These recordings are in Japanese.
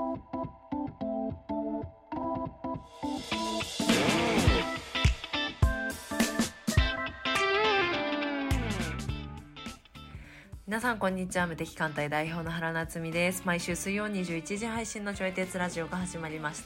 皆さんこんにちは。無敵艦隊代表の原夏実です。毎週水曜21時配信のちょい鉄ラジオが始まりました。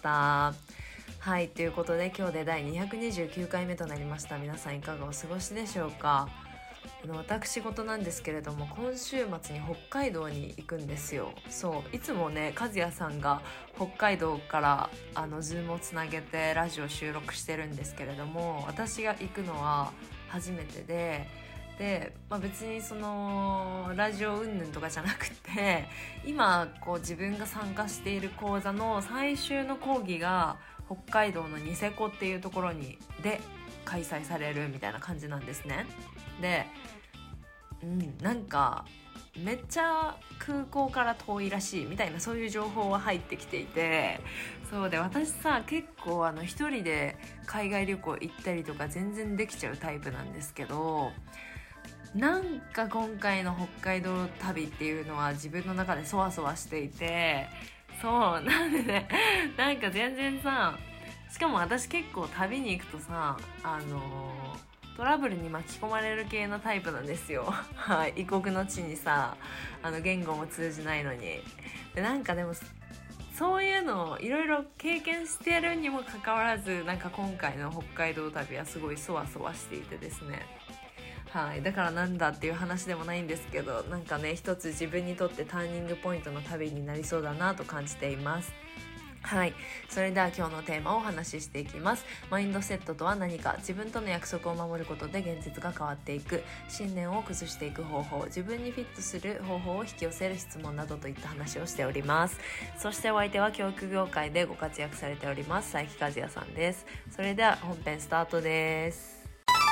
はい、ということで今日で第229回目となりました。皆さんいかがお過ごしでしょうか。私事なんですけれども、今週末に北海道に行くんですよ。そういつもね、和也さんが北海道からズームをつなげてラジオ収録してるんですけれども、私が行くのは初めてで、別にそのラジオ云々とかじゃなくて、今こう自分が参加している講座の最終の講義が北海道のニセコっていうところで開催されるみたいな感じなんですね。で、なんかめっちゃ空港から遠いらしいみたいな、そういう情報は入ってきていて、そうで、私さ、結構一人で海外旅行行ったりとか全然できちゃうタイプなんですけど、なんか今回の北海道旅っていうのは自分の中でそわそわしていて、そうなんでね、なんか全然さ、しかも私結構旅に行くとさ、トラブルに巻き込まれる系のタイプなんですよ。はい、異国の地にさ、言語も通じないのに。で、なんかでもそういうのをいろいろ経験してるにもかかわらず、なんか今回の北海道旅はすごいそわそわしていてですね。はい、だからなんだっていう話でもないんですけど、なんかね、一つ自分にとってターニングポイントの旅になりそうだなと感じています。はい、それでは今日のテーマをお話ししていきます。マインドセットとは何か、自分との約束を守ることで現実が変わっていく、信念を崩していく方法、自分にフィットする方法を引き寄せる質問などといった話をしております。そしてお相手は教育業界でご活躍されております佐伯和也さんです。それでは本編スタートです。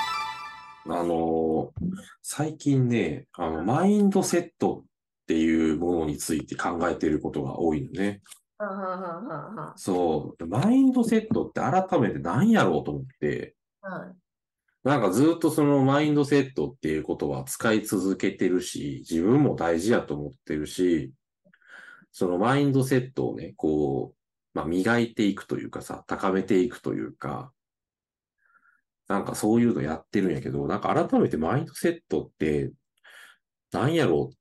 最近ね、マインドセットっていうものについて考えていることが多いのね。そう、マインドセットって改めて何やろうと思って、なんかずっとそのマインドセットっていうことは使い続けてるし、自分も大事やと思ってるし、そのマインドセットをね、磨いていくというかさ、高めていくというか、なんかそういうのやってるんやけど、なんか改めてマインドセットって何やろうって、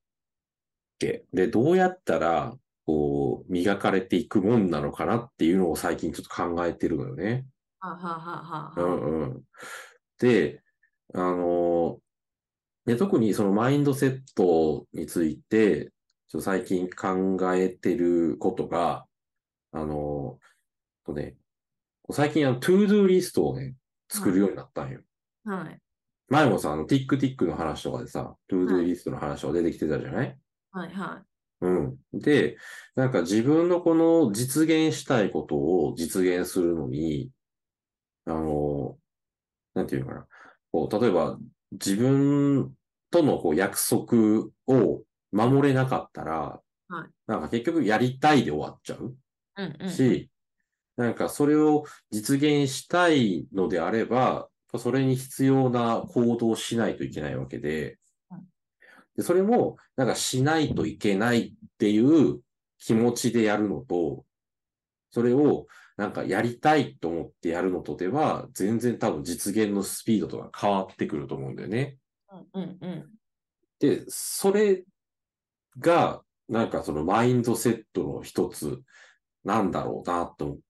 で、どうやったら、磨かれていくもんなのかなっていうのを最近ちょっと考えてるのよね。うんうん。で、あの特にそのマインドセットについて、ちょっと最近考えてることが、あのとね、最近トゥードゥーリストをね、作るようになったんよ。 はい。 前もさ、ティックティックの話とかでさ、トゥードゥーリストの話が出てきてたじゃない？ はいはい。 うん。で、なんか自分のこの実現したいことを実現するのに、あの、なんていうのかな。例えば自分との約束を守れなかったら、 はい。 なんか結局やりたいで終わっちゃううんうんうん。 し、なんかそれを実現したいのであれば、それに必要な行動をしないといけないわけで、で、それも、なんかしないといけないっていう気持ちでやるのと、それをなんかやりたいと思ってやるのとでは、全然多分実現のスピードとか変わってくると思うんだよね。 うんうんで、それが、なんかそのマインドセットの一つなんだろうなと思って、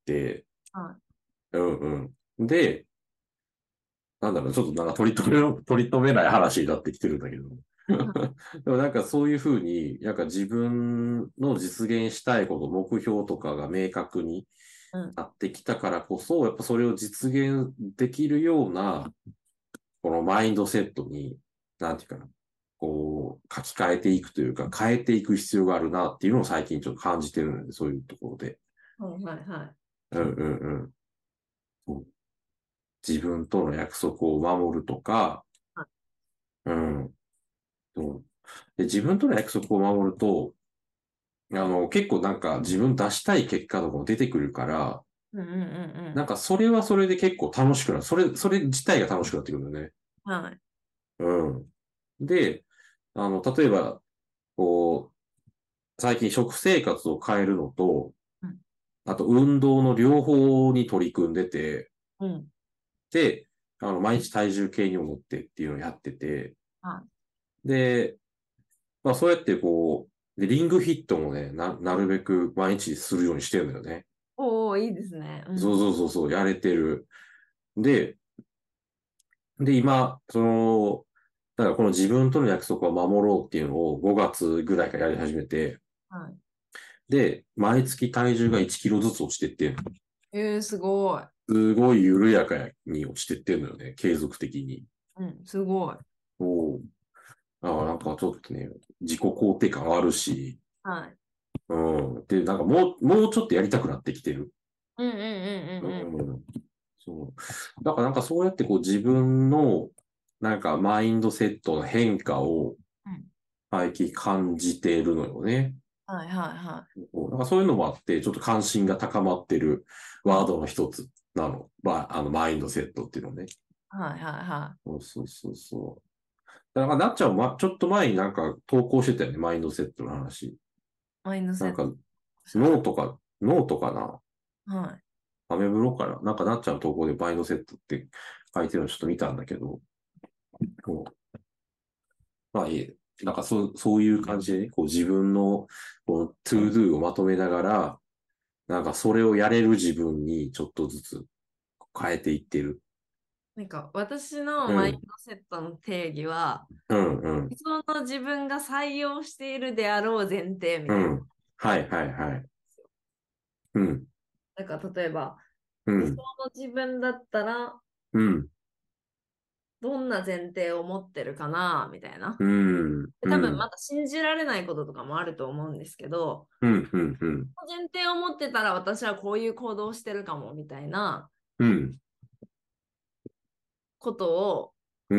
はうんうん。で、なんだろう、ちょっとなんか取り留めない話になってきてるんだけど。でもなんかそういうふうに、なんか自分の実現したいこと、目標とかが明確になってきたからこそ、やっぱそれを実現できるような、このマインドセットに、なんていうかな、書き換えていくというか、変えていく必要があるなっていうのを最近ちょっと感じてるので、そういうところで。 はいはいはい。 うんうんうん。そう自分との約束を守るとか、うん。そうで、自分との約束を守ると、結構なんか自分出したい結果とかも出てくるから、 うんうんうんなんかそれはそれで結構楽しくなる。それ自体が楽しくなってくるんだよね。 うん。はい。 うん。で、例えば、こ最近食生活を変えるのと、 あと運動の両方に取り組んでて、 うん。 で、毎日体重計にも乗ってっていうのをやってて、 はで、まあそうやってこう、で、リングフィットもね、なるべく毎日するようにしてるんだよね。 おー、いいですね。うん。 そうそうそうそう、やれてる。で、今、だからこの自分との約束を守ろうっていうのを5月ぐらいからやり始めて、 はい。 で、毎月体重が1キロずつ落ちてって、 すごい。 すごい緩やかに落ちてってんのよね、継続的に。 うん、すごい。 おーなんかちょっとね、自己肯定感あるし、 はい。 うん。で、なんかもうちょっとやりたくなってきてる。 うんうんうんううんうん。 ん。そう。だからなんかそうやってこう自分のなんかマインドセットの変化をうん。 最近感じているのよね。 はいはいはなんかそういうのもあって、ちょっと関心が高まってるい。うん。 ワードの一つなの。まあ、マインドセットっていうのね。 はいはいはそうそうそうそう。だからなっちゃんも、ちょっと前になんか投稿してたよね、マインドセットの話。 い。マインドセットなんか、 したら。 ノートかなはい。 アメブロかななんかなっちゃんの投稿でマインドセットって書いてるのちょっと見たんだけど、こまあいい。なんかそういう感じでね、こう自分のこのトゥードゥをまとめながら、なんかそれをやれる自分にちょっとずつ変えていってる。 なんか私のうん、 マインドセットの定義は、 うん、うん、 理想の自分が採用しているであろう前提みたいな。 うん。はい、はい、はい。うん、 だから例えば、理想うん、 の自分だったら、 うん、 どんな前提を持ってるかなみたいな。 うん、 でうん、 多分まだ信じられないこととかもあると思うんですけど、 うん、うん、うん、 前提を持ってたら私はこういう行動をしてるかもみたいなうん、 ことを、 うん、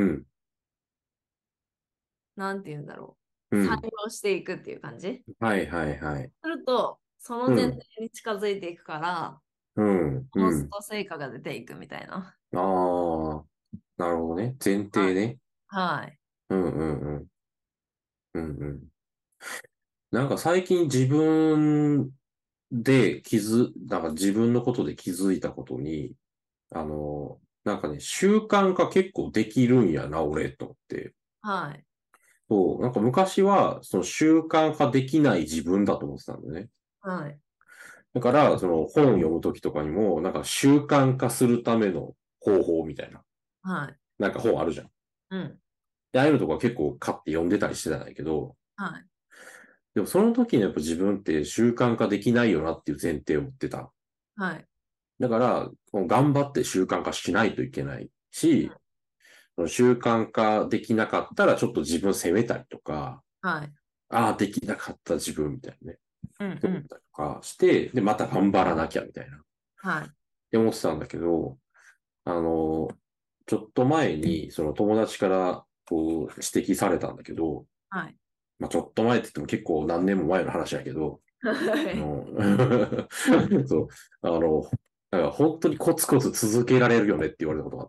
なんて言うんだろう。採うん。 用していくっていう感じはい、はい、はい。 すると、その前提うん、 に近づいていくから、 うん、 おのずうん。 と成果が出ていくみたいな。 ああ、なるほどね。前はい。 提ね。 はい。 うん、うん、うん、うん、うん。なんか最近自分でなんか自分のことで気づいたことに、なんかね、習慣化結構できるんやな、俺、と思って。 はい。 そう、なんか昔は、その習慣化できない自分だと思ってたんだよね。 はい。 だから、その本を読むときとかにも、なんか習慣化するための方法みたいな、 はい。 なんか本あるじゃん。 うん。 で、ああいうのとか結構買って読んでたりしてたんだけど、 はい。 でもその時にやっぱ自分って習慣化できないよなっていう前提を持ってた。 はい。 だから、頑張って習慣化しないといけないし、習慣化できなかったらちょっと自分責めたりとか、 はい。 ああ、できなかった自分みたいなね、 うん。 ってうん。 思ったりとかして、で、また頑張らなきゃみたいな、っはい。 て思ってたんだけど、あの、ちょっと前に、その友達からこう指摘されたんだけど、 はい。 まあちょっと前って言っても結構何年も前の話だけど、 はい。 あの、そう、だから本当にコツコツ続けられるよねって言われたことがあって、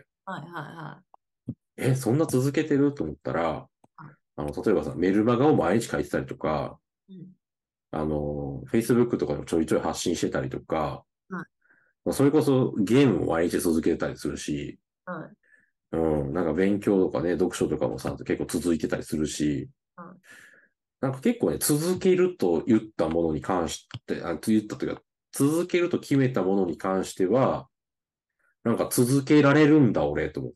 はい。はそんな続けてると思ったら、例えばさ、メルマガを毎日書いてたりとか、 い。うん。 Facebook とかでもちょいちょい発信してたりとか、 はい。 まあそれこそゲームも毎日続けてたりするし、 はい。 うん、なんか勉強とかね、読書とかもさ、結構続いてたりするし、 はい。 なんか結構ね、続けると言ったものに関して、言ったというか、続けると決めたものに関しては、なんか続けられるんだ、俺、と思って。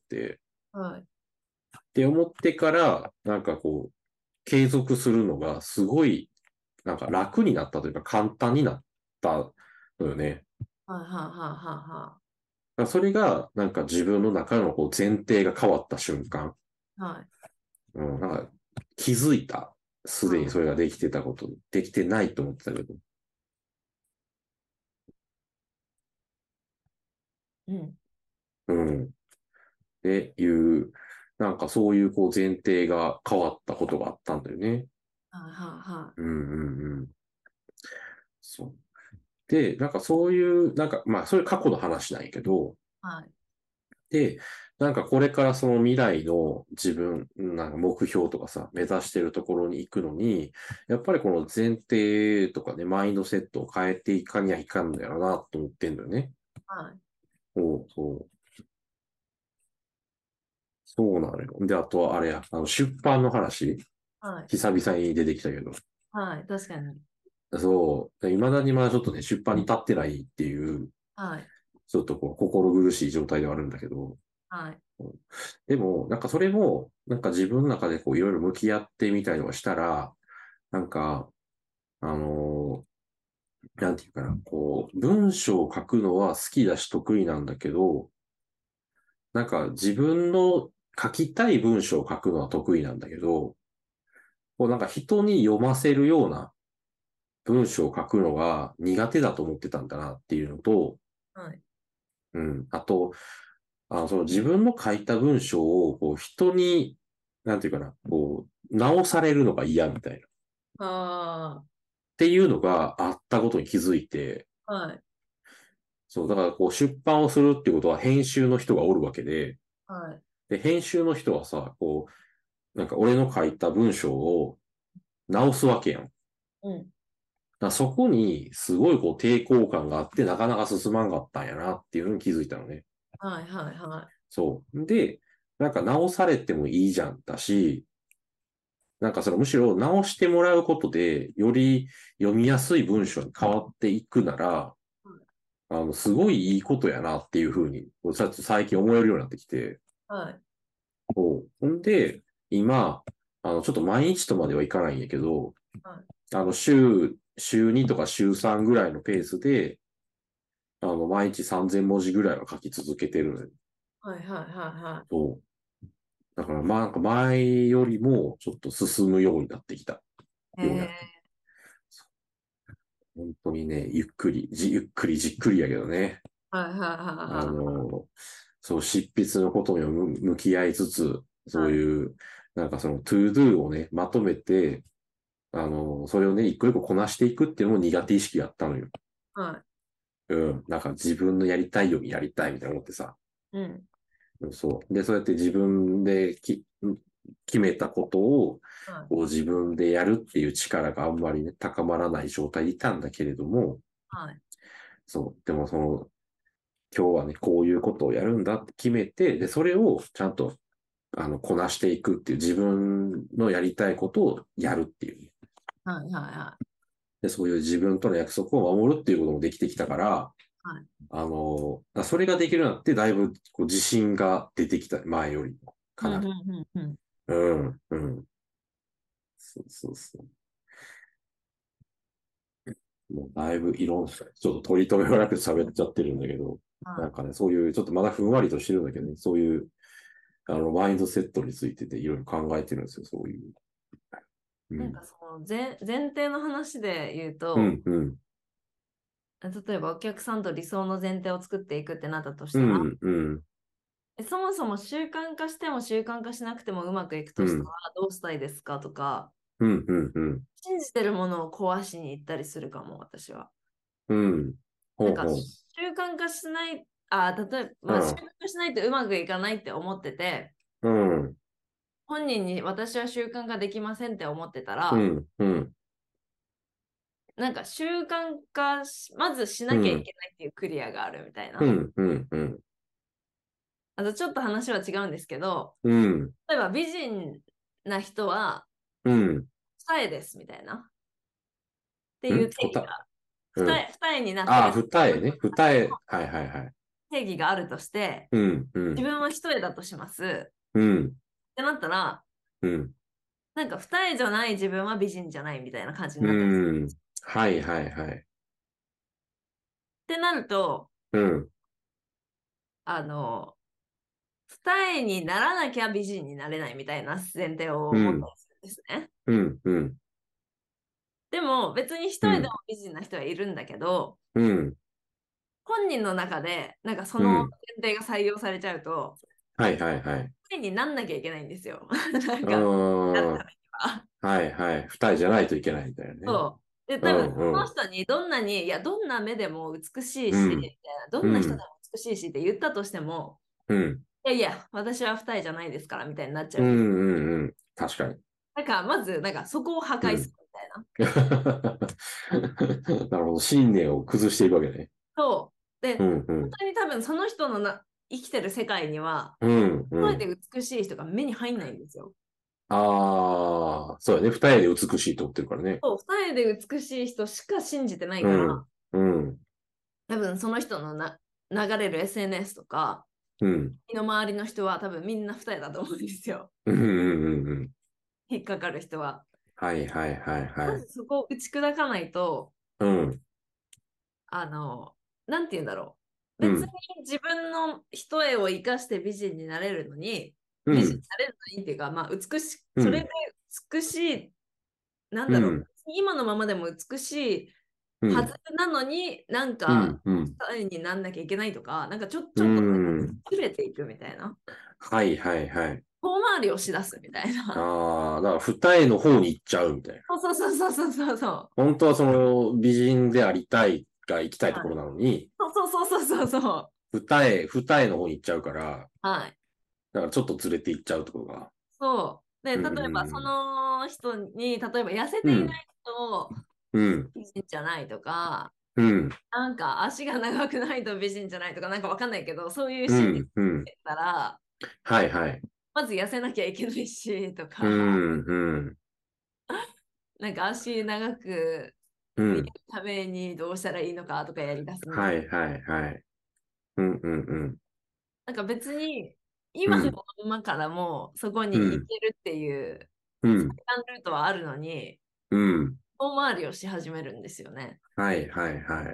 はい。 って思ってから、なんかこう、継続するのがすごい、なんか楽になったというか簡単になったのよね。 はい。はい。はだからそれが、なんか自分の中のこう前提が変わった瞬間。 い。はい。はい。 うん、なんか気づいた。すでにそれができてたこと、できてないと思ってたけど。 うん。 うん。っていう、なんかそういうこう前提が変わったことがあったんだよね。 はい。はうんうんうん。そう。で、なんかそういう、なんかまあそういう過去の話なんやけど、 い。はい。 で、なんかこれからその未来の自分、なんか目標とかさ、目指してるところに行くのに、やっぱりこの前提とかね、マインドセットを変えていかにはいかんのやろなと思ってんだよね。 はい。 そう。そうなのよ。で、あとはあれや、出版の話、 はい。 久々に出てきたけど。 はい。確かに。 そう。未だにまだちょっとね、出版に立ってないっていう、 はい。 ちょっとこう、心苦しい状態ではあるんだけど。 はい。 でも、なんかそれも、なんか自分の中でこう、いろいろ向き合ってみたりとかしたら、なんか、あのなんていうかな、こう、文章を書くのは好きだし得意なんだけど、なんか自分の書きたい文章を書くのは得意なんだけど、こうなんか人に読ませるような文章を書くのが苦手だと思ってたんだなっていうのと、 はい。 うん。あと、その自分の書いた文章をこう人に、なんていうかな、こう、直されるのが嫌みたいな。っあていうのがあったことに気づいて、 あ。はい。 そう、だからこう出版をするってことは編集の人がおるわけで、 はい。 で、編集の人はさ、こう、なんか俺の書いた文章を直すわけやん。だかうん。 らそこにすごいこう抵抗感があってなかなか進まんかったんやなっていうのに気づいたのね。 はい。はい。はそう。で、なんか直されてもいいじゃんだし、なんかそのむしろ直してもらうことで、より読みやすい文章に変わっていくなら、すごいいいことやなっていうふうに、最近思えるようになってきて、 い。はい。 ほんで、今、ちょっと毎日とまではいかないんやけど、 はい。 週2とか週3ぐらいのペースで、毎日3000文字ぐらいは書き続けてるのよ。 はい。はい。はそう。だから、まあ、なんか前よりもちょっと進むようになってきた。 い。 ようやく。本当にね、ゆっくりじっくりやけどね。 はい。はい。 あはの、そう、執筆のことにも向き合いつつ、 い。はい。 そういう、なんかその、トゥードゥをね、まとめて、それをね、一個一個こなしていくっていうのも苦手意識があったのよ。 はい。 うん。なんか自分のやりたいようにやりたいみたいな思ってさ。 うん。 そう。で、そうやって自分で決めたことを、 はい。 こう自分でやるっていう力があんまりね、高まらない状態でいたんだけれども、 はい。 そう。でもその、今日はね、こういうことをやるんだって決めて、で、それをちゃんと、こなしていくっていう自分のやりたいことをやるっていう。 はい。はで、そういう自分との約束を守るっていうこともできてきたから、 い。 それができるようになって、だいぶこう自信が出てきた、前よりも。 うん。うん。 かなり。 うん。うん。 うん、うん。そうそう。もうだいぶちょっと取り留めもなく喋っちゃってるんだけど、なはい。 んかね、そういう、ちょっとまだふんわりとしてるんだけどね、そういう、マインドセットについてていろいろ考えてるんですよ、そういう。うん。 なんかその前提の話で言うと、 うん、うん、 例えばお客さんと理想の前提を作っていくってなったとしたら、 うん、うん、 そもそも習慣化しても習慣化しなくてもうまくいくうん、 としたらどうしたいですかとか、 うん、うん、うん、 信じてるものを壊しに行ったりするかも、私は。 うん。 なんかほうほう。 習慣化しない、例えば、まあ、習慣うん、 化しないとうまくいかないって思ってて、 うん、 本人に私は習慣化できませんって思ってたら、 うん、うん、 なんか習慣化まずしなきゃいうん、 けないっていうクリアがあるみたいな。 うん、うん、うん、 あとちょっと話は違うんですけど、 うん、 例えば美人な人はうん、 二重ですみたいなっていううん、うん。 二重になってああ、 る二重ね。二重。はいはいはい。 定義があるとして、 うん、うん、 自分は一重だとします。 うん、 ってなったら、 うん、 なんか二重じゃない自分は美人じゃないみたいな感じにうなったりする。 ん。はいはいはい。 ってなると、 うん、 あの、二重にならなきゃ美人になれないみたいな前提をうん、 持ったりするんですね。 うん、うん、 でも別に一重でもうん、 美人な人はいるんだけど、 うん、 本人の中でなんかその前うん。 提が採用されちゃうと、 はいはいはい。 一重になんなきゃいけないんですよ。なんうか、なるーん。 ためには。 はいはい。二重じゃないといけないみたいなね。 そう。で、 う多分そん、うん、 の人にどんなに、いや、どんな目でも美しいし、みたうん、 いなどんな人でもうん、 美しいしって言ったとしても、 うん。 いやいや、私は二重じゃないですから、みたいになっちゃう。 うんうんうん。確かに。 なんか、まず、なんか、そこを破うん。 壊するみたいな。 なるほど。信念を崩していくわけね。 そう。で、 うんうん。 本当に多分その人の生きてる世界には、 うんうん。 二重で美しい人が目に入んないんですよ。 ああ、そうやね。二重で美しいと思ってるからね。 そう、二重で美しい人しか信じてないから、 うん。うん。 多分その人の流れる SNS とか、 うん。 身の回りの人は多分みんな二重だと思うんですよ。 うんうんうんうん。 引っかかる人は。 はいはいはいはい。 まずそこを打ち砕かないと、 うん。 あの、なんて言うんだろう。別にうん。 自分の一重を生かして美人になれるのに、美人にうん。 なれるのにっていうか、まあ、 うん。 それで美しい、なんだろう。 うん。 今のままでも美しいはずうん。 なのに、なんうん。 か、 うん。 二重になんなきゃいけないとか、なんかうちょっとん。 ずれていくみたいな。 はいはいはい。 遠回りをしだすみたいな。 ああ、だから二重の方に行っちゃうみたいな。 そうそうそうそうそうそう。 本当はその美人でありたいが行きたいところはい。 なのに、 そうそうそうそうそうそう。 二重の方に行っちゃうから、 はい。 だからちょっとずれていっちゃうってことが。 そう。で、 うん例えばそうんの人に、例えば痩せうん。 ていないとうん。 美人じゃないとか、 うん。 なんか足が長くないと美人じゃないとか、なんかわかんないけど、そういう心理うん。うん。 たら、 はいはい。 まず痩せなきゃいけないし、とうか、 ん。うん。 なんか足長く見えるうん。 ためにどうしたらいいのかとかやりだすみたいな。 はいはいはい。うんうんうん。 なんか別に、 うん。 今のままからもそこに行うん。 けるっていううん。 最短ルートはあるのに、 うん。 遠回りをし始めるんですよね。 はいはいはい。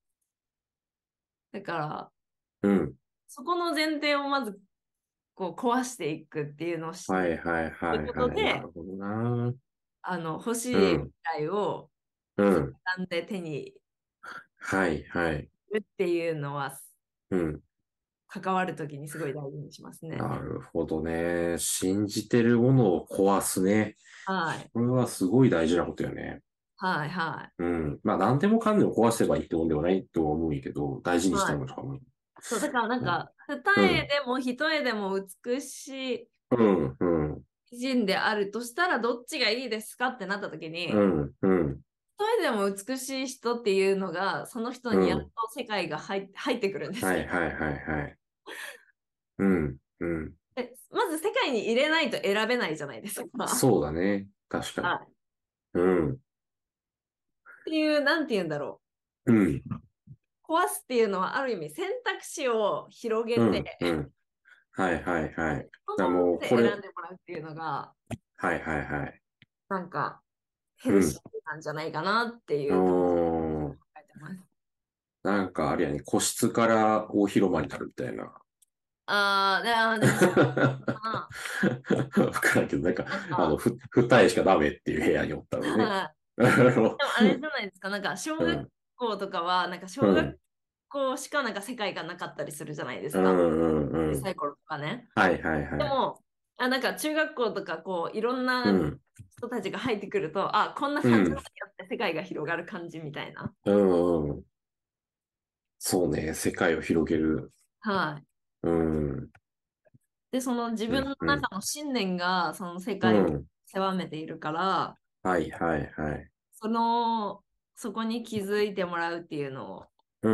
だから、 うん。 そこの前提をまずこう壊していくっていうのをしはいはいはてることいはい。なで、 るほどな。 欲しい未うん。 来を最うん。 短で手に入はいはい。 れるっていうのは、 うん。 関わるときにすごい大事にしますね。 なるほどね。信じてるものを壊すね。 はい。 これはすごい大事なことよね。 はい、はい。 うん。まあ何でもかんでも壊せばいいってもんではないとは思うんやけど、大事にしたはい。 いものとかも。 そう、だからなんうん。 か、二うん。 重でも一重でも美しいうん。うん。 美人であるとしたらどっちがいいですかってなった時に、 うん。うん。 一重でも美しい人っていうのが、その人にやっうん。 と世界が入ってくるんですよ。 はいはいはいはい。うん。うん。 まず世界に入れないと選べないじゃないですか。 そうだね。確かに。 はい。っうん。 ていう、なんて言うんだろうん。 う。壊すっていうのはある意味選択肢を広げて、 うん。うん。はいはいはい。だかそらもうの上でこれ、 選んでもらうっていうのが、 はいはいはい。 なんかヘうん。 ルシーなんじゃないかなっておいうところをー、 考えてます。 なんかあれやね、個室から大広間になるみたいな。 でもそうかな。 わからんけど、なんか、 なんか、 二重しかダメっていう部屋におったのね。 はい。 あのでもあれじゃないですか、なんか小学うん、 校とかは、なんか小学うん、 校しかなんか世界がなかったりするじゃないですうか。 ん、うん、うん。 小さい頃とかね。 はいはいはい。 でも、なんか中学校とかこういろんなうん、 人たちが入ってくると、こんなうん、 感じなんだよって世界が広がる感じみたいな。 うん、うん。そうね、世界を広げる。 はい。 うん、 で、その自うん、 分のうん、 中の信念がその世う界をん。 狭めているから、 はいはいはい。 その、そこに気づいてもらうっていうのを、 うん、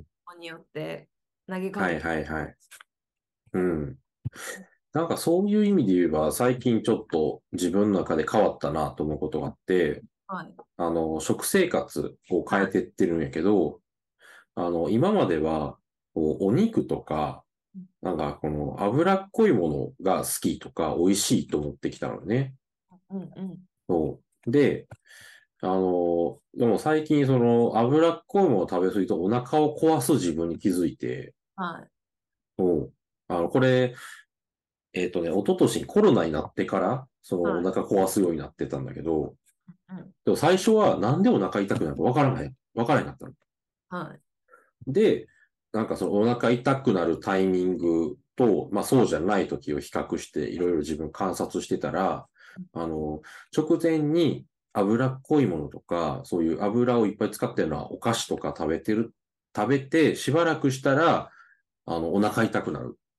ここによって投げかはいけて。 はいはい。うん。なんかそういう意味で言えば、最近ちょっと自分の中で変わったなと思うことがあって、 はい。 食生活を変えはい。 てってるんやけど、今までは、こうお肉とか、なんかこの脂っこいものが好きとか美味しいと思ってきたのね。 うんうん。 そうで、でも最近その脂っこいものを食べ過ぎるとお腹を壊す自分に気づいて、 はい。 そうこれ、一昨年にコロナになってから、そのおはい。 腹壊すようになってたんだけど、 うん。 でも最初はなんでお腹痛くなるかわからなかったの。 はい。 で、なんかそのお腹痛くなるタイミングと、まあそうじゃない時を比較していろいろ自分観察してたら、直前に脂っこいものとか、そういう油をいっぱい使ってるのはお菓子とか食べてしばらくしたら、お腹痛くなる。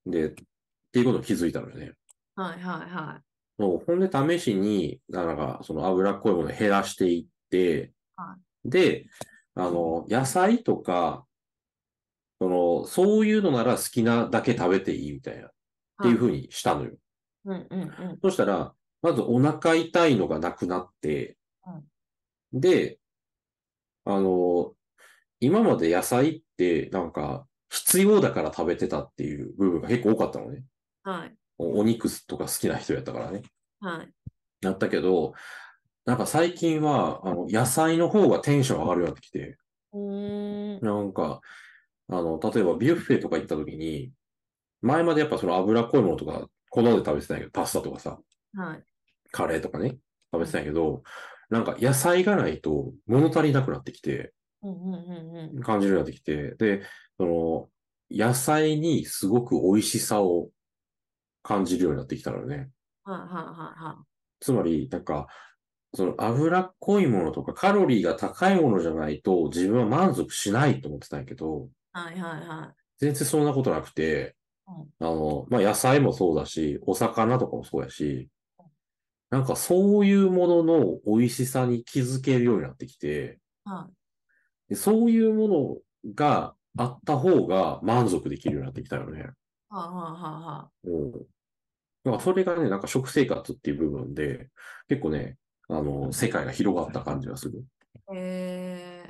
で、っていうことに気づいたのよね。 はいはいはい。 もうほんで試しに、なんか、その脂っこいものを減らしていって、 はで、野菜とか、そういうのなら好きなだけ食べていいみたいな、っていうい。 ふうにしたのよ。 うんうんうん。 そしたら、まずお腹痛いのがなくなって、 うん。 で、あの、今まで野菜ってなんか必要だから食べてたっていう部分が結構多かったのね。 はい。 お肉とか好きな人やったからね。 はい。 だったけど、なんか最近は、野菜の方がテンション上がるようになってきて、 うーん。 なんか、例えばビュッフェとか行った時に、前までやっぱその脂っこいものとか、好んで食べてたんやけど、パスタとかさ、 はい。 カレーとかね、食べてたうん。 んやけど、なんか野菜がないと物足りなくなってきて、 うんうんうんうん。 感じるようになってきて、で、野菜にすごく美味しさを感じるようになってきたのね。 はいはいはいはつまり、なんか、その脂っこいものとかカロリーが高いものじゃないと自分は満足しないと思ってたんやけど、 い。はいはいはい。 全然そんなことなくて、 うん。 まあ、野菜もそうだし、お魚とかもそうやし、なんかそういうものの美味しさに気づけるようになってきて、 はい。 でそういうものがあった方が満足できるようになってきたよね。 はいはうん。だからそれがね、なんか食生活っていう部分で、結構ね、世界が広がった感じがする。 いはいはい。 うん。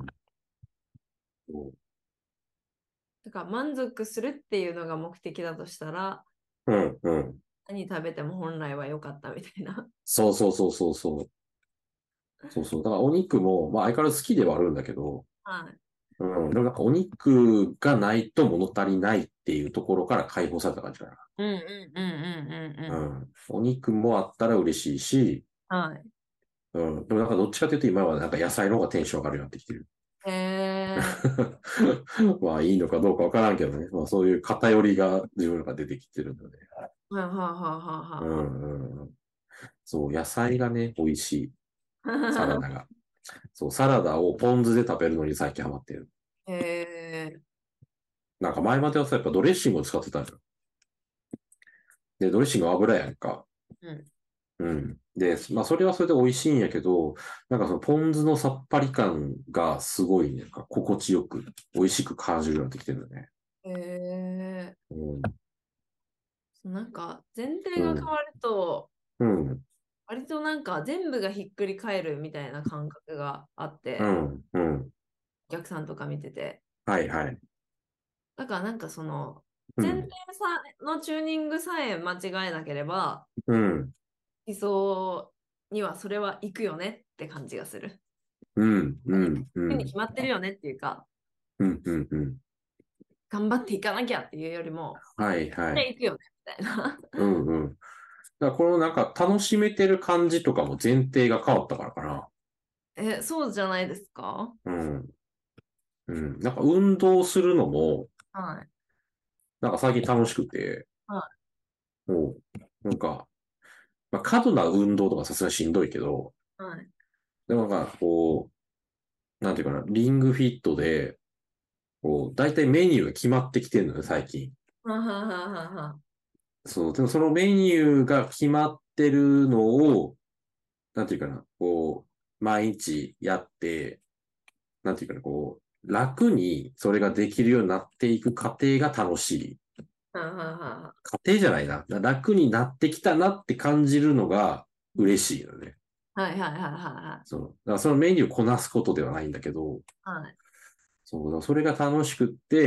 そだから満足するっていうのが目的だとしたら、 う、うん、うん。 何食べても本来は良かったみたいな。 そうそうそうそうそう。そうそう。だからお肉も、まあ相変わらず好きではあるんだけど、 はい。 うん。でもなんかお肉がないと物足りないっていうところから解放された感じかうんうんうんうんうんうな。うん。 ん。お肉もあったら嬉しいし、 はい。 うん。でもなんかどっちかというと今はなんか野菜の方がテンション上がるようになってきてる。 へえ。 まあいいのかどうかわからんけどね。まあそういう偏りが自分が出てきてるので。 はいはいはいはいはうんうんうん。そう、野菜がね、美味しい。 いはサラダが。そう、サラダをポン酢で食べるのに最近ハマってる。 い。へえ。 なんか前まではさ、やっぱドレッシングを使ってたのよ。で、ドレッシングは油やんか。 うん。 うん。で、まあそれはそれで美味しいんやけど、なんかそのポン酢のさっぱり感がすごいなんか心地よく、美味しく感じるようになってきてるよね。 へえ。 うん。 なんか前提うん。 が変わると、 うん。 割となんか全部がひっくり返るみたいな感覚があって、 うん。うん。 お客さんとか見てて。 はいはい。 だからなんかその、前提うん。 さのチューニングさえ間違えなければ、 うん。 理想にはそれは行くよねって感じがする。 うん。うん。う行くにん。 決まってるよねっていうか、 うん。うん。うん。 頑張っていかなきゃっていうよりも、 はいはい。 で行くよねみたいな。 うんうん。だからこのなんか楽しめてる感じとかも前提が変わったからかな。 そうじゃないですか？ うん。うん。なんか運動するのも、 はい。 なんか最近楽しくて、 はもう、なんか、まあ、過度な運動とかさすがにしんどいけど、 い。はい。 でもなんかこう、なんていうかな、リングフィットで、こう、大体メニューが決まってきてるのよ、最近。 ははははは。 そう、でもそのメニューが決まってるのを、なんていうかな、こう、毎日やって、なんていうかな、こう、楽にそれができるようになっていく過程が楽しい。 ははは過程じゃないな。楽になってきたなって感じるのが嬉しいよね。 はいはいはいはそう。だからそのメニューこなすことではないんだけど、 いはい。はい。 そう、だからそれが楽しくって、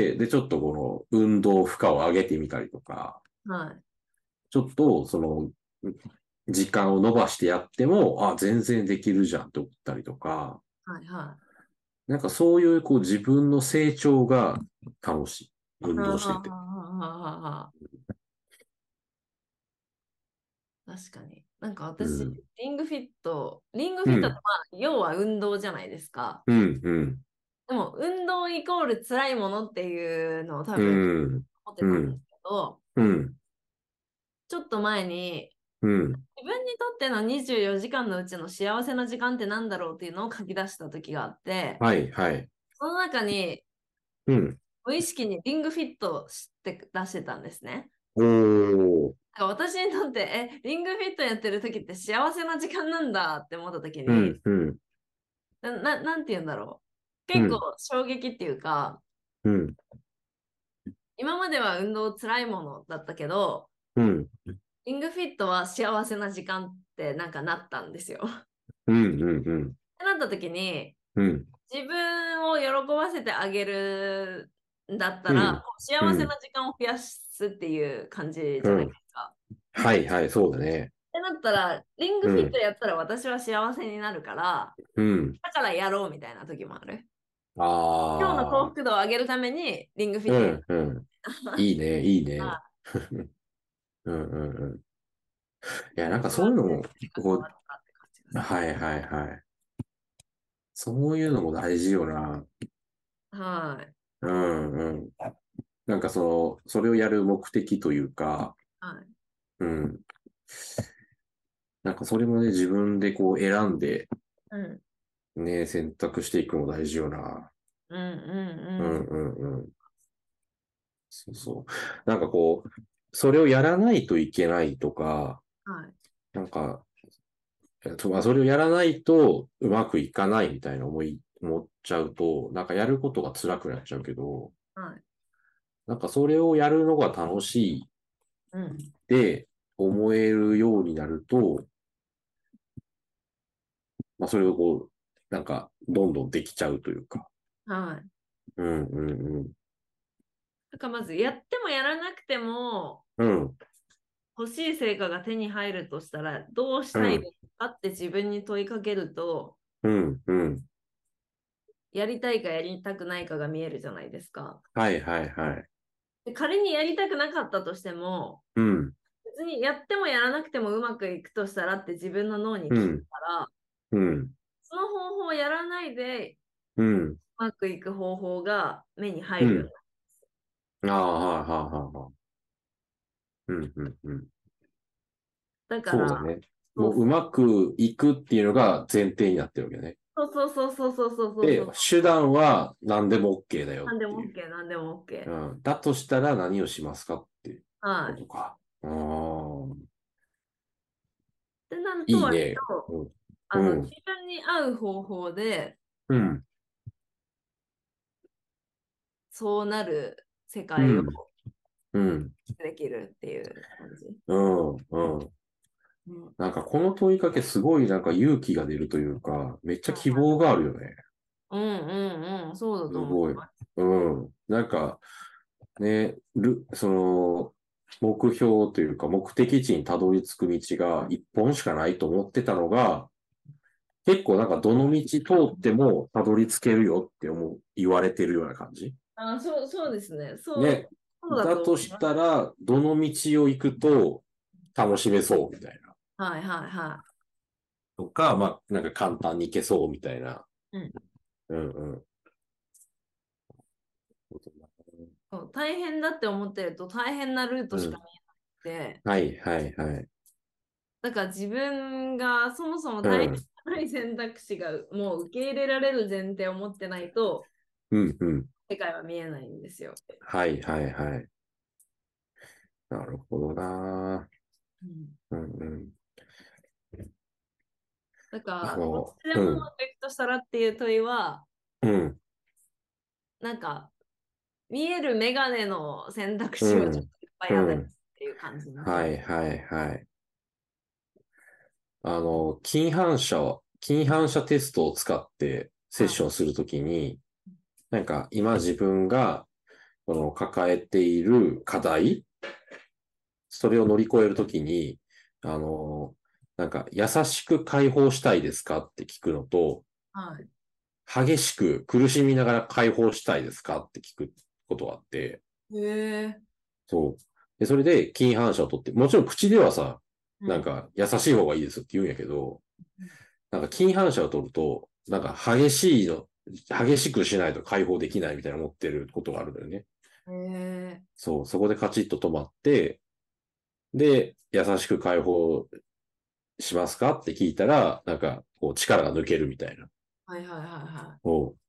で、ちょっとこの運動負荷を上げてみたりとか、 はい。 ちょっとその、時間を伸ばしてやっても、あ、全然できるじゃんって思ったりとか、 はいはなんかそういうこう自分の成長が楽しい。 い。 運はは動してて。 はははは。確かに。なんか私、 うん。 リングフィットってうん。 まあ、要は運動じゃないですか。 うん。うん。 でも、運動イコール辛いものっていうのを多う分ん。 思ってうん。 たんですけど、 うん。 ちょっと前に、 うん。 自分にとっての24時間のうちの幸せな時間って何だろうっていうのを書き出した時があって、 はい、はい。 その中に、 うん。 無意識にリングフィットして出してたんですね。 おー。 私にとって、リングフィットやってる時って幸せな時間なんだって思った時に、 うん、うん、 なんて言うんだろう。結構うん、 衝撃っていうか、 うん、 今までは運動辛いものだったけど、 うん、 リングフィットは幸せな時間ってなんかなったんですよ。っうん、うん、うん、 てなった時に、 うん、 自分を喜ばせてあげるんだったら、 うん、 幸せうん、 な時間を増やすっていう感じじゃないでうん。 すか。 はい、はい、そうだね。 ってなったら、リングフィットうん、 やったら私は幸せになるから、 うん。 だからやろうみたいな時もある。今日の幸ああ、 福度を上げるためにリングフィットやる。 うん、うん。いいね、いいね。 あ、 うん、うん、うん。いや、なんかそれはそういうのも、 変こわったって感じでう、 すね。 はい、はい、はい。そういうのも大事よな。 はい。 うん、うん。なんかそれをやる目的というか、 はい。 うん。なんかそれもね、自分でこう選んで、 うん。 ね、選択していくのも大事よな。 うんうんうんうんうん。そうそう。なんかこう、それをやらないといけないとか、 うん。はい。 なんか、まあそれをやらないとうまくいかないみたいな思っちゃうと、なんかやることが辛くなっちゃうけど、 はい。 なんかそれをやるのが楽しいっうん。 て思えるようになると、まあそれをこう、なんかどんどんできちゃうというか。 はい。 うんうんだからまずやってもやらなくてもうん。うん。 欲しい成果が手に入るとしたらどうしたいでうん。 すかって自分に問いかけると、 うん。うん。 やりたいかやりたくないかが見えるじゃないですか。 はいはいはい。 で仮にやりたくなかったとしても、 うん。 別にやってもやらなくてもうまくいくとしたらって自分の脳に聞いうん。 たら、 うん。 その方法をやらないでうん。 うまくいく方法が目に入るようにうん。ああ、はいはいはいはい。うん。うん。うん。 なる。だから、 そうだね。 そうそうもううまくいくっていうのが前提になってるわけね。 そうそうそうそうそうそうそうそで、 う。 手段は何でも OK だよなんでもっていう。 OK、なんでもう OK。 ん。だとしたら何をしますかっていうこはい。 とか。ああ、 ってなると割いいね。 と、 うん。う自ん。 分に合う方法で、 うん。 そうなる世界をうん。うん。 できるっていう感じ。 うん。うん。 うん。 なんかこの問いかけすごいなんか勇気が出るというか、めっちゃ希望があるよね。 うんうんうん、そうだと思いすごい。 ます。 うん。なんかね、目標というか目的地にたどり着く道が一本しかないと思ってたのが、結構なんかどの道通ってもたどり着けるよって言われてるような感じ。 そうですね。 ね。 そうだだとしと思います。 たら、どの道を行くと楽しめそうみたいな。 はいはいはとか、まあ、なんか簡単に行けそうみたいな。 い。うん。 うんうん。 そう大変だって思ってると大変なルートうん。 しか見えなくて、 はいはいはい。 だから自分がそもそもう大変ん。 ない選択肢がもう受け入れられる前提を持ってないとうんうん。 世界は見えないんですよ。 はいはいはい。なるほどな。 うん、 うんうん。 だからどっあの、 ちでもうまうん。 くいくとしたらっていう問いはうん。 なんか見えるメガネの選択肢をちょっうん。 といっぱい与えるうん。 っていう感じの気。 はいはいはい。近反射テストを使ってセッはい。 ションするときに、なんか今自分がこの抱えている課題、それを乗り越えるときに、あの、なんか優しく解放したいですかって聞くのと、 はい。 激しく苦しみながら解放したいですかって聞くことがあって、 へえ。 そう。で、それで近反射を取って、もちろん口ではさ、 うん。 なんか優しい方がいいですって言うんやけど、なんか近反射を取ると、なんか激しくしないと解放できないみたいな思ってることがあるんだよね。 へえ。 そう、そこでカチッと止まって、で、優しく解放しますかって聞いたら、なんか、こう力が抜けるみたいな。 はいはいはいはお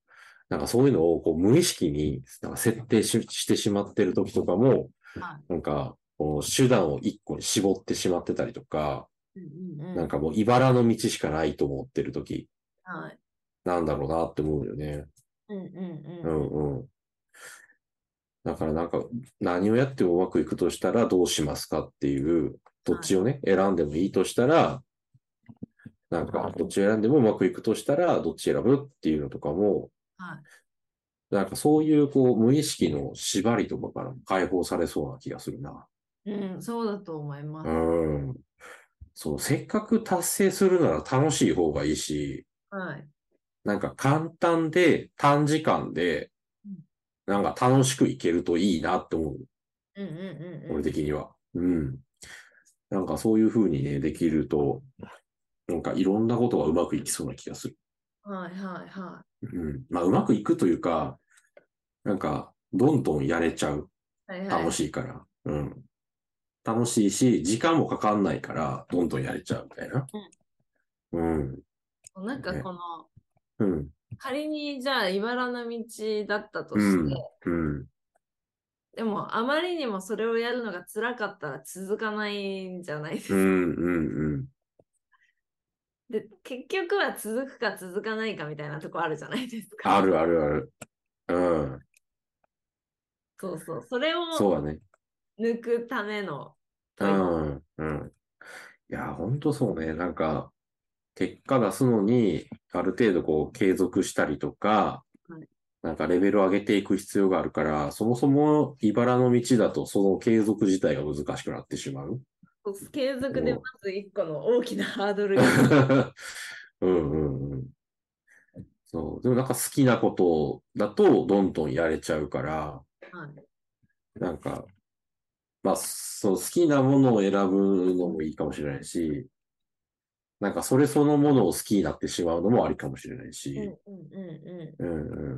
なんかそういうのをこう無意識になんか設定してしまってる時とかも、 はなんかこう手段を一個に絞ってしまってたりとか、 い。うんうんうん。 なんかもう茨の道しかないと思ってる時はい。 なんだろうなって思うよね。 うんうんううんうん。 んうん。だからなんか何をやってもうまくいくとしたらどうしますかっていう、どっはい。 ちをね、選んでもいいとしたら、なんかどっちを選んでもうまくいくとしたらどっち選ぶっていうのとかも、 はなんかそういうこう無意識の縛りとかから解放されそうな気がするな。 い。うん、そうだと思いうます。 ん。そう、せっかく達成するなら楽しい方がいいし、 はい。 なんか簡単で短時間で、 うんなんか楽しくいけるといいなって思う。 うんうんうん俺うん。 的には。うん。なんかそういう風にね、できると、なんかいろんなことがうまくいきそうな気がする。 はいはいはうん。まあうまくいくというか、なんかどんどんやれちゃう。 い。はいはい楽はい。 しいから。うん。楽しいし、時間もかかんないから、どんどんやれちゃうみたいな。うん。 うん。なんかね。 この、 うん。 仮にじゃあ茨の道だったとして、 うん。うん。 でもあまりにもそれをやるのが辛かったら続かないんじゃないでうん。 すか。 うん。うん。 で、結局は続くか続かないかみたいなとこあるじゃないですか。 あるあるある。うん。 そうそう。それをそうだね。 抜くためのう問い。 ん。うん。いや、ほんとそうね。なんか、結果出すのに、ある程度こう継続したりとか、 はい、 なんかレベルを上げていく必要があるから、そもそも茨の道だとその継続自体が難しくなってしまう。 継続でまうん。 ず一個の大きなハードルが。 うんうんうん。そう。でもなんか好きなことだとどんどんやれちゃうから、 はい、 なんか、まあ、そう、好きなものを選ぶのもいいかもしれないし、なんかそれそのものを好きになってしまうのもありかもしれないし、 うんうんうんうん。 うんうん。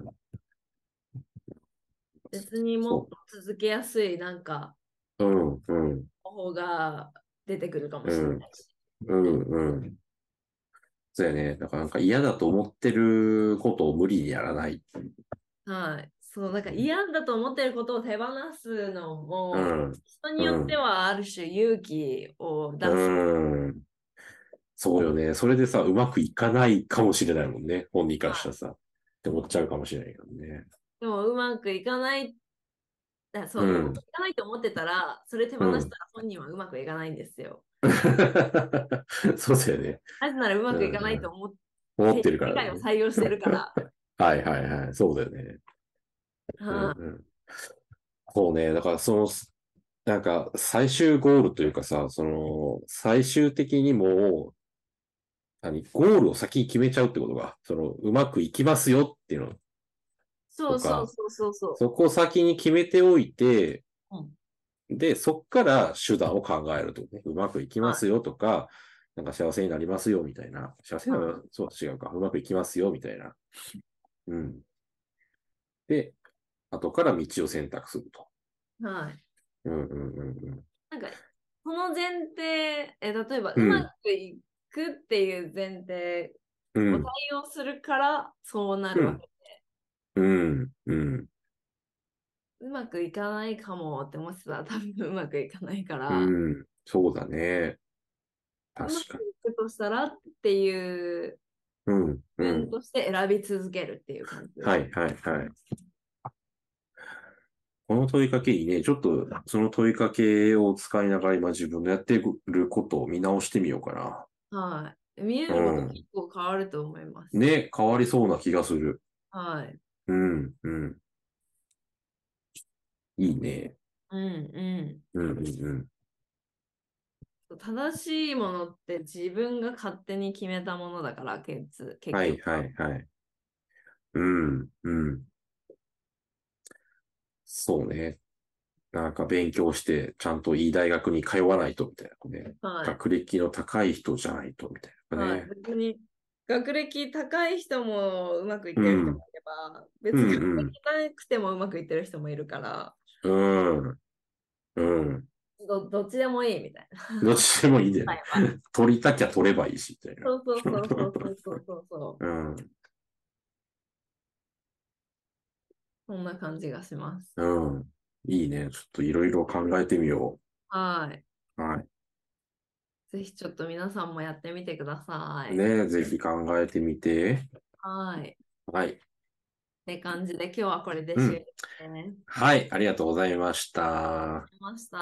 別にもっそと続けやすいなんかう。うんうん。 方法が出てくるかもうしれなんいし。 うんうん。そうやね。だからなんか嫌だと思ってることを無理にやらない。 はい。そう、なんか嫌だと思ってることを手放すのも、 うん。 人によってうん。 はある種勇気を出す。 うん。そうよね。それでさ、うまくいかないかもしれないもんね。本人からしたらさ。って思っちゃうかもしれないけどね。 でもうまくいかない、そう、うまくうん。 いかないと思ってたら、それ手放うん。 したら本人はうまくいかないんですよ。 そうだよね。 なぜならうまくいかないうんうん。 と思って思ってるからね。 理解を採用してるから。 はいはいはい。そうだよね。うんはうん。そうね。だからなんか最終ゴールというかさ、最終的にもう、ゴールを先に決めちゃうってことが、うまくいきますよっていうのそうそうとか、 そうそうそそこを先に決めておいて、 う。うん。 で、そっから手段を考えるとね、うまくいきまはい。 すよとか、なんか幸せになりますよみたいな。幸せになる、 はそう違うか。うまくいきますよみたいな。うん。で、後から道を選択すると。 い。はい。 うんうんうんなんか、その前提、例えばうん。 うまうん。 くいくっていう前提を採うん。 用するからそうなうん。 るわけ。 うん。うん。 うまくいかないかもって思ってたら多分うまくいかないかうら、 ん。そうだね。 うまく確かに。 いくとしたらっていううん。うん。 分として選び続けるっていう感じです。 はいはいはい。この問いかけいいね。ちょっと、その問いかけを使いながら今自分のやってることを見直してみようかな。 はい。見えうること結ん。 構変わると思います。 ね、変わりそうな気がする。 はい。 うん、うん。いいね。 うんうん。 うん、うん、うん。 正しいものって自分が勝手に決めたものだから、結はい、 局は。 はい、はい。うん、うん。そうね。なんか勉強して、ちゃんといい大学に通わないと、みたいなね。 はい。 学歴の高い人じゃないと、みたいなはい。 ね。 別に、学歴高い人もうまくいっうてる人もん、 いれば、 う別に学ん、 歴なくてもうまくいってる人もいるから、 うん、うん、うん。 どっちでもいいみたいな。 どっちでもいいんだよね。 はいは取りたきゃ取ればいいし、みたいな。 そうそうそうそうそうそうそうそうん。 そんな感じがします。 うん。いいね。ちょっといろいろ考えてみよはい。 う。はい。 ぜひちょっと皆さんもやってみてください。 ね、ぜひ考えてみて。 はい。っはい。 て感じで今日はこれで終了うん。 です。 はい。ありがとうございました。 ました。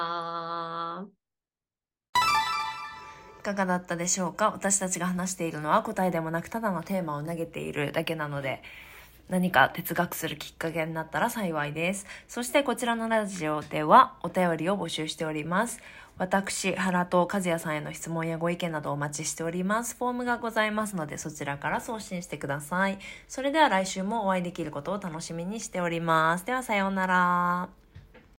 いかがだったでしょうか。私たちが話しているのは答えでもなくただのテーマを投げているだけなので、何か哲学するきっかけになったら幸いです。そしてこちらのラジオではお便りを募集しております。私、原と和也さんへの質問やご意見などお待ちしております。フォームがございますのでそちらから送信してください。それでは来週もお会いできることを楽しみにしております。ではさようなら。